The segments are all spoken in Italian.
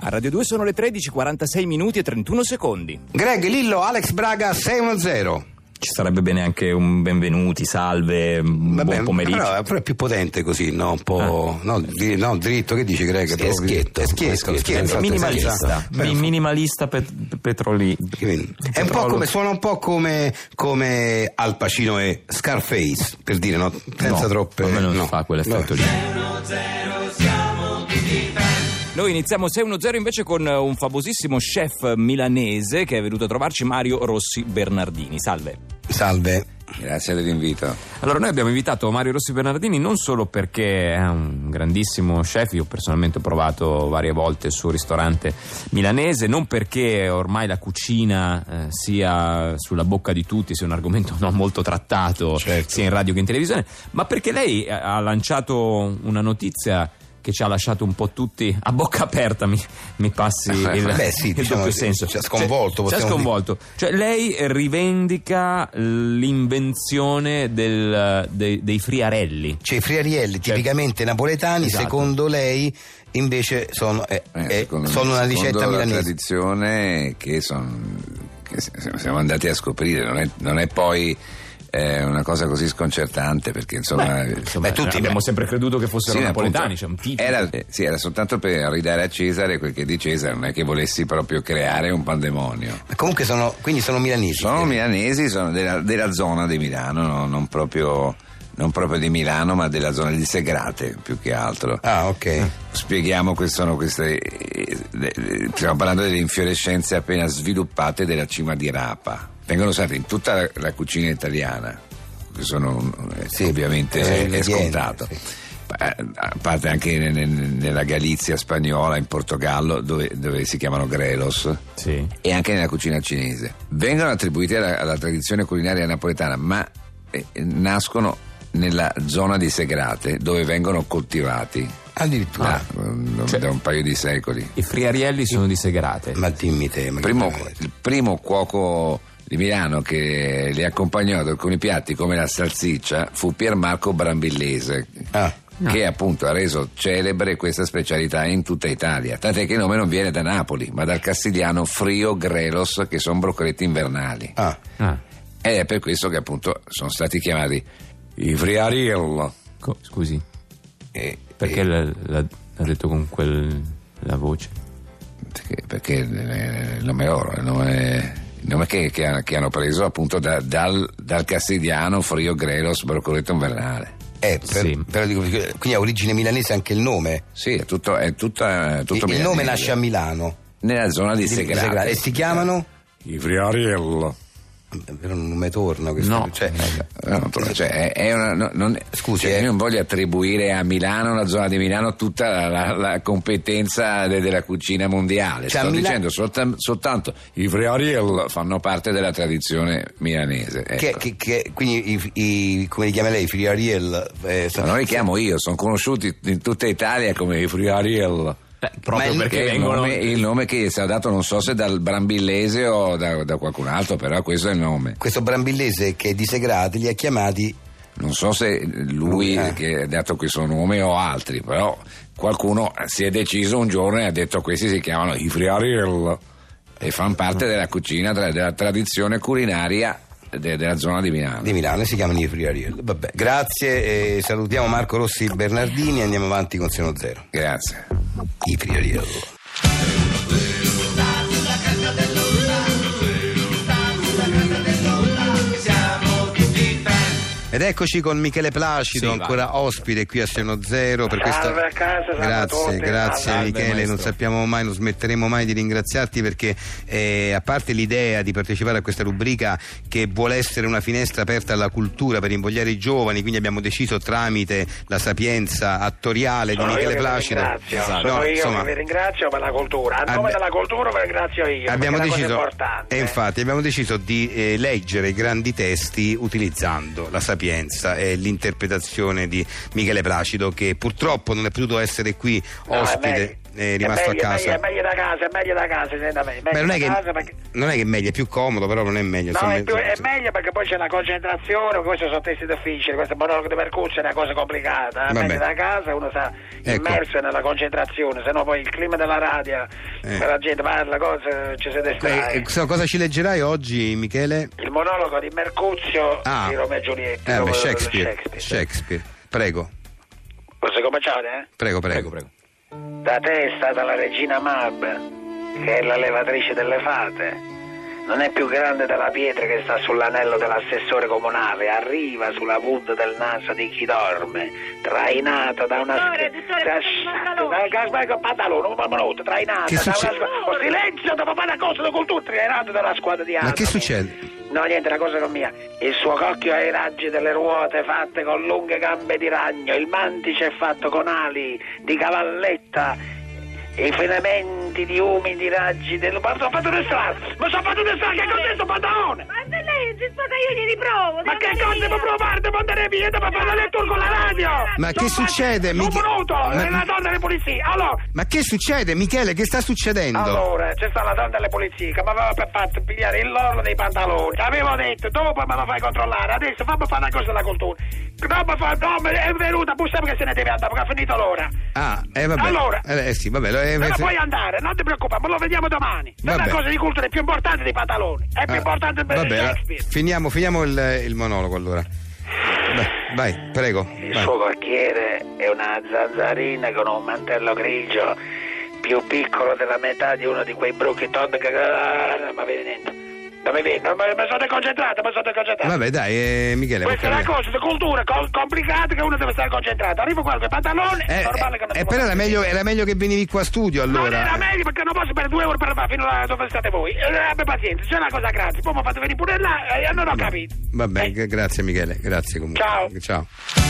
A Radio 2 sono le 13:46 minuti e 31 secondi. Greg, Lillo, Alex Braga 610. Ci sarebbe bene anche un benvenuti, salve, buon pomeriggio. Però è più potente così, no? Un po'. No, dritto, che dice Greg? È schietto. Minimalista petrolio. È un po' come, suona un po' come Al Pacino e Scarface, per dire, no? Senza troppe. Non fa quell'effetto lì. Noi iniziamo 610 invece con un famosissimo chef milanese che è venuto a trovarci, Mario Rossi Bernardini. Salve. Grazie dell'invito. Allora, noi abbiamo invitato Mario Rossi Bernardini non solo perché è un grandissimo chef, io personalmente ho provato varie volte il suo ristorante milanese, non perché ormai la cucina sia sulla bocca di tutti, sia un argomento non molto trattato, certo, sia in radio che in televisione, ma perché lei ha lanciato una notizia che ci ha lasciato un po' tutti a bocca aperta, mi passi il doppio senso. Ci ha sconvolto. Cioè, lei rivendica l'invenzione dei friarelli. Cioè i friarielli tipicamente napoletani, esatto. Secondo lei invece sono una ricetta milanese. La tradizione che siamo andati a scoprire, non è poi una cosa così sconcertante, perché insomma tutti abbiamo sempre creduto che fossero napoletani, c'è un titolo. Era soltanto per ridare a Cesare quel che è di Cesare, non è che volessi proprio creare un pandemonio. Ma comunque sono milanesi. Sono milanesi, sono della zona di Milano, no? non proprio di Milano, ma della zona di Segrate più che altro. Ah, ok. Spieghiamo che sono queste. Stiamo parlando delle infiorescenze appena sviluppate della cima di rapa. Vengono usate in tutta la cucina italiana, che sono ovviamente è scontato. Sì. A parte anche nella Galizia spagnola, in Portogallo, dove si chiamano grelos, sì, e anche nella cucina cinese. Vengono attribuiti alla tradizione culinaria napoletana, ma nascono nella zona di Segrate, dove vengono coltivati. Addirittura da un paio di secoli. I friarielli sono di Segrate. Ma dimmi te. Il primo cuoco di Milano che li accompagnò ad alcuni piatti come la salsiccia fu Pier Marco Brambillese, che appunto ha reso celebre questa specialità in tutta Italia, tant'è che il nome non viene da Napoli ma dal castigliano frio grelos, che sono broccoletti invernali. Ed è per questo che appunto sono stati chiamati i friariello. Scusi, perché l'ha detto con la voce? Perché il nome è loro, il nome che hanno preso appunto dal castigliano frio grelos broccoletto invernale. Però dico, quindi ha origine milanese anche il nome? Sì, è tutto il nome nasce a Milano, nella zona di Segrate. E si chiamano? I friariello. Però non mi torna questo. Scusi, io non voglio attribuire a Milano, una zona di Milano, tutta la competenza della cucina mondiale. Sto dicendo soltanto i friariello fanno parte della tradizione milanese. Quindi come li chiama lei, i friariello? Non li chiamo io, sono conosciuti in tutta Italia come i friariello. Proprio perché il nome che si è dato, non so se dal Brambillese o da qualcun altro, però questo è il nome. Questo Brambillese che è di Segrate li ha chiamati, non so se lui che ha dato questo nome o altri, però qualcuno si è deciso un giorno e ha detto questi si chiamano i friariello e fanno parte della cucina, della tradizione culinaria della zona di Milano. Si chiamano i friariello. Vabbè, grazie, e salutiamo Marco Rossi Bernardini e andiamo avanti con Seno Zero. Grazie. I friariello. Ed eccoci con Michele Placido, ancora ospite qui a Seno Zero per questa. Grazie Michele, non sappiamo mai, non smetteremo mai di ringraziarti, perché a parte l'idea di partecipare a questa rubrica che vuole essere una finestra aperta alla cultura per invogliare i giovani, quindi abbiamo deciso tramite la sapienza attoriale di Michele Placido. Io vi ringrazio per la cultura, a nome della cultura vi ringrazio io. Abbiamo deciso di leggere grandi testi utilizzando la sapienza e l'interpretazione di Michele Placido, che purtroppo non è potuto essere qui ospite. è rimasto a casa. È meglio da casa, senta me. Non è che è meglio, è più comodo, però non è meglio. No, è meglio perché poi c'è la concentrazione, questo sono testi difficili, questo monologo di Mercuzio è una cosa complicata. È meglio da casa, uno sta immerso nella concentrazione, sennò poi il clima della radio, la gente parla, ci si distrae. Cosa ci leggerai oggi, Michele? Il monologo di Mercuzio di Romeo e Giulietta. Shakespeare. Prego. Posso cominciare? Prego. Da te è stata la regina Mab, che è la levatrice delle fate. Non è più grande della pietra che sta sull'anello dell'assessore comunale, arriva sulla punta del naso di chi dorme, trainata da una pantalone, un minuto, trainata da una squadra. Silenzio, dopo fare una cosa di cultura, trainata dalla squadra di altri. Ma che succede? No, niente, una cosa non mia. Il suo cocchio ha i raggi delle ruote fatte con lunghe gambe di ragno, il mantice è fatto con ali di cavalletta, i filamenti di umidi raggi del... Ma sono fatto restare, che cos'è sto pantalone? Ma se lei si sposa io gli riprovo. Ma che cosa devo provare? Devo andare via, devo fare la lettura con la radio. Ma che succede? Un minuto, è la donna delle polizie. Allora. Ma che succede, Michele? Che sta succedendo? Allora, c'è stata la donna delle polizie che mi aveva fatto pigliare il loro dei pantaloni. Avevo detto, dopo me lo fai controllare, adesso fammi fare una cosa della cultura. No, è venuta, poi che se ne deve andare perché ha finito l'ora. Vabbè. Allora. Sì, vabbè. Non puoi andare, non ti preoccupare, ma lo vediamo domani. È una cosa di cultura, è più importante dei pantaloni. È più importante per Shakespeare. Finiamo il monologo allora. Vai, prego. Il suo cocchiere è una zanzarina con un mantello grigio più piccolo della metà di uno di quei bruchi tondi che... non mi vede niente. Non mi vede, mi sono deconcentrato. Vabbè, dai, Michele. Questa è una cosa di cultura complicata che uno deve stare concentrato. Arrivo qua con i pantaloni, è normale che non però era meglio che venivi qua a studio allora. Non era meglio perché non posso per 2 ore per fare fino a dove state voi. Abbi pazienza, c'è una cosa gratis. Poi mi fate venire pure là e non ho capito. Vabbè, grazie Michele, grazie comunque. Ciao.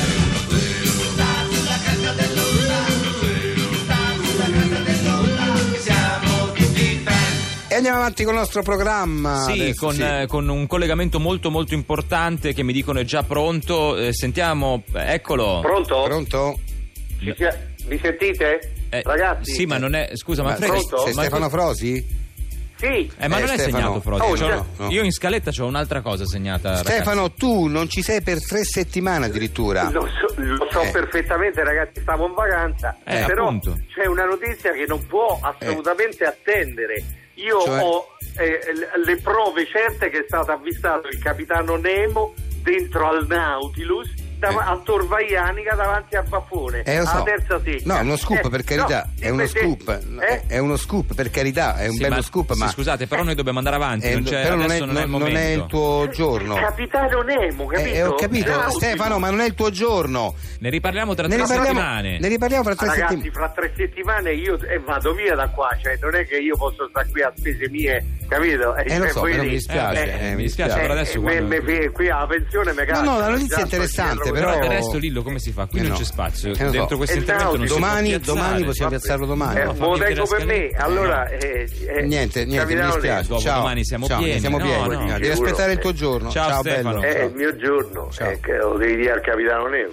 E andiamo avanti con il nostro programma. Sì, con un collegamento molto molto importante che mi dicono è già pronto. Sentiamo, eccolo. Pronto? Mi sentite? Ragazzi? Sì, ma non è... Scusa, ma sei Stefano Frosi? Sì. Ma non è Stefano. segnato Frosi. No. Io in scaletta c'ho un'altra cosa segnata. Stefano, ragazzi. Tu non ci sei per 3 settimane addirittura. Lo so perfettamente, ragazzi, stavo in vacanza. Però appunto. C'è una notizia che non può assolutamente attendere. Io ho le prove certe che è stato avvistato il capitano Nemo dentro al Nautilus a Tor Vaianica davanti al baffone alla terza secca. No, uno scoop per carità, è uno scoop. È uno scoop per carità, è un bello scoop, ma scusate, però noi dobbiamo andare avanti, però non è il tuo giorno. Capitano Nemo, capito? Ho capito, Stefano, ma non è il tuo giorno. Ne riparliamo tra 3 settimane. Ne riparliamo tra 3 settimane. Ragazzi, fra 3 settimane io vado via da qua, cioè non è che io posso stare qui a spese mie, capito? Lo so, però mi dispiace. Mi dispiace, però adesso qui alla pensione mi cazzo. No, la notizia è interessante. Però del resto Lillo come si fa? Qui non c'è spazio dentro questo intervento, non domani possiamo piazzarlo domani. Lo tengo per me, allora niente, mi dispiace. Ciao, domani siamo pieni. Devi aspettare il tuo giorno. Ciao Stefano. È il mio giorno, che lo devi dire al capitano Nemo.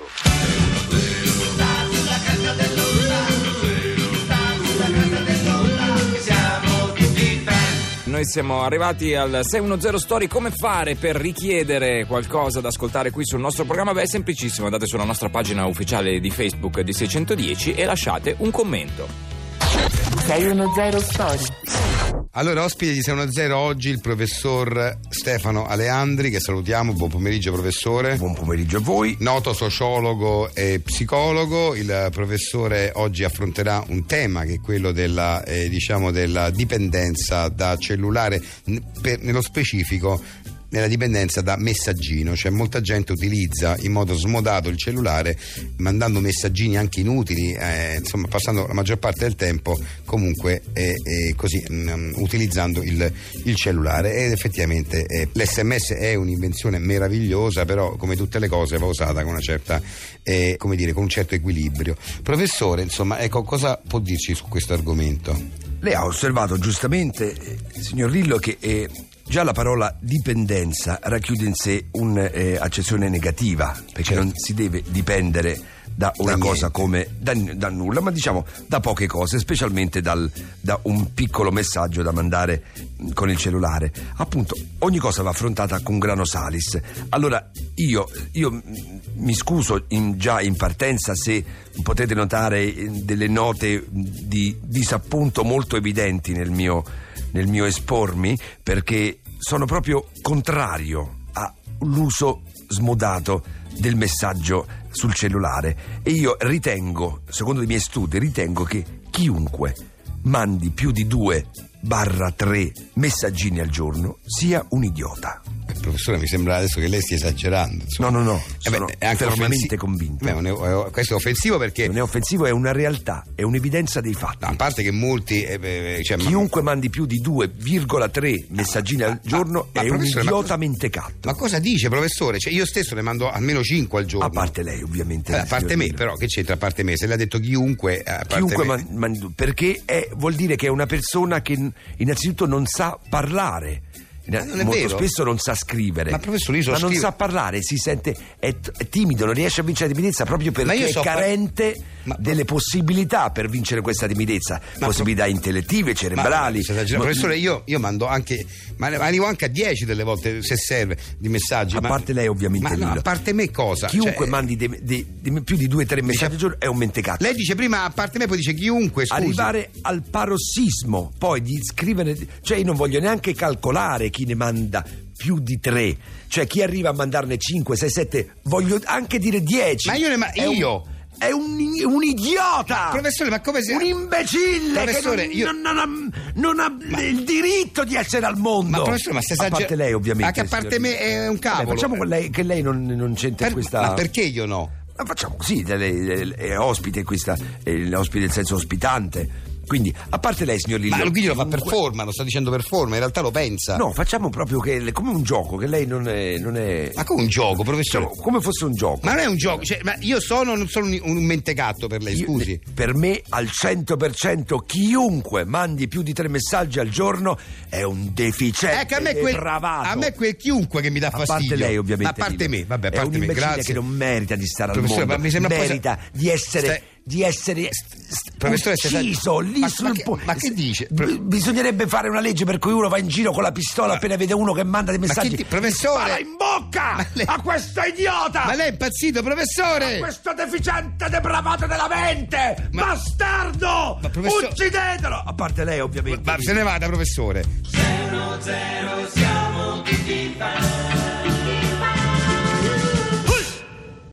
Noi siamo arrivati al 610 Story. Come fare per richiedere qualcosa da ascoltare qui sul nostro programma? Beh, è semplicissimo, andate sulla nostra pagina ufficiale di Facebook di 610 e lasciate un commento. 610 Story. Allora, ospite di 610 oggi il professor Stefano Aleandri, che salutiamo. Buon pomeriggio, professore. Buon pomeriggio a voi. Noto sociologo e psicologo. Il professore oggi affronterà un tema che è quello della dipendenza da cellulare, nello specifico nella dipendenza da messaggino, cioè molta gente utilizza in modo smodato il cellulare, mandando messaggini anche inutili, insomma passando la maggior parte del tempo comunque così utilizzando il cellulare, ed effettivamente l'SMS è un'invenzione meravigliosa, però come tutte le cose va usata con una certa con un certo equilibrio. Professore, insomma, ecco, cosa può dirci su questo argomento? Lei ha osservato giustamente, signor Lillo, che già la parola dipendenza racchiude in sé un'accezione negativa, perché certo, non si deve dipendere da una cosa come da nulla, ma diciamo da poche cose, specialmente da un piccolo messaggio da mandare con il cellulare. Appunto, ogni cosa va affrontata con grano salis. Allora io mi scuso già in partenza se potete notare delle note di disappunto molto evidenti nel mio espormi, perché sono proprio contrario all'uso smodato del messaggio sul cellulare, e io ritengo, secondo i miei studi, che chiunque mandi più di 2-3 messaggini al giorno sia un idiota. Professore, mi sembra adesso che lei stia esagerando. No, sono fermamente convinto. Questo è offensivo perché... Non è offensivo, è una realtà, è un'evidenza dei fatti. No, a parte che molti... chiunque mandi più di 2,3 messaggini al giorno è un idiota mentecatto. Ma cosa dice, professore? Io stesso ne mando almeno 5 al giorno. A parte lei, ovviamente. A parte me, però che c'entra a parte me? Se l'ha detto chiunque... perché vuol dire che è una persona che innanzitutto non sa parlare. Molto spesso non sa scrivere, ma professore, non sa parlare, si sente è timido, non riesce a vincere la timidezza proprio perché è carente delle possibilità per vincere questa timidezza, possibilità intellettive, cerebrali. Professore, io mando anche, ma arrivo anche a 10 delle volte se serve di messaggi. A parte lei, ovviamente. A parte me cosa? Chiunque mandi più di 2-3 messaggi al giorno è un mentecatto. Lei dice prima a parte me, poi dice chiunque. Scusi. Arrivare al parossismo poi di scrivere, cioè io non voglio neanche calcolare chi ne manda più di 3, cioè chi arriva a mandarne 5, 6, 7, voglio anche dire 10. Ma io è un idiota, professore, ma come se un imbecille, professore, che non ha il diritto di essere al mondo. Ma professore, ma stai esagerando? A parte lei, ovviamente. Ma che a parte me è un cavolo. Facciamo che lei non c'entra questa. Ma perché io no? Ma facciamo così, lei è ospite, ospite nel senso ospitante. Quindi, a parte lei, signor Lillo... Ma Luigi lo fa per forma, lo sta dicendo per forma, in realtà lo pensa. No, facciamo proprio come un gioco, che lei non è... Ma come un gioco, professore? Come fosse un gioco. Ma non è un gioco, ma io non sono un mentecatto per lei, scusi. Per me, al 100%, chiunque mandi più di 3 messaggi al giorno è un deficiente depravato. A me quel chiunque che mi dà fastidio. A parte lei, ovviamente. A parte me, vabbè, a parte me, grazie. Che non merita di stare al mondo, ma mi sembra merita di essere... professore, ucciso lì ma che dice? Bisognerebbe fare una legge per cui uno va in giro con la pistola appena vede uno che manda dei messaggi, professore, spara in bocca a questo idiota. Ma lei è impazzito, professore? A questo deficiente depravato della mente, bastardo, uccidetelo. A parte lei, ovviamente. Ma se ne vada, professore. 0-0 siamo tutti fan.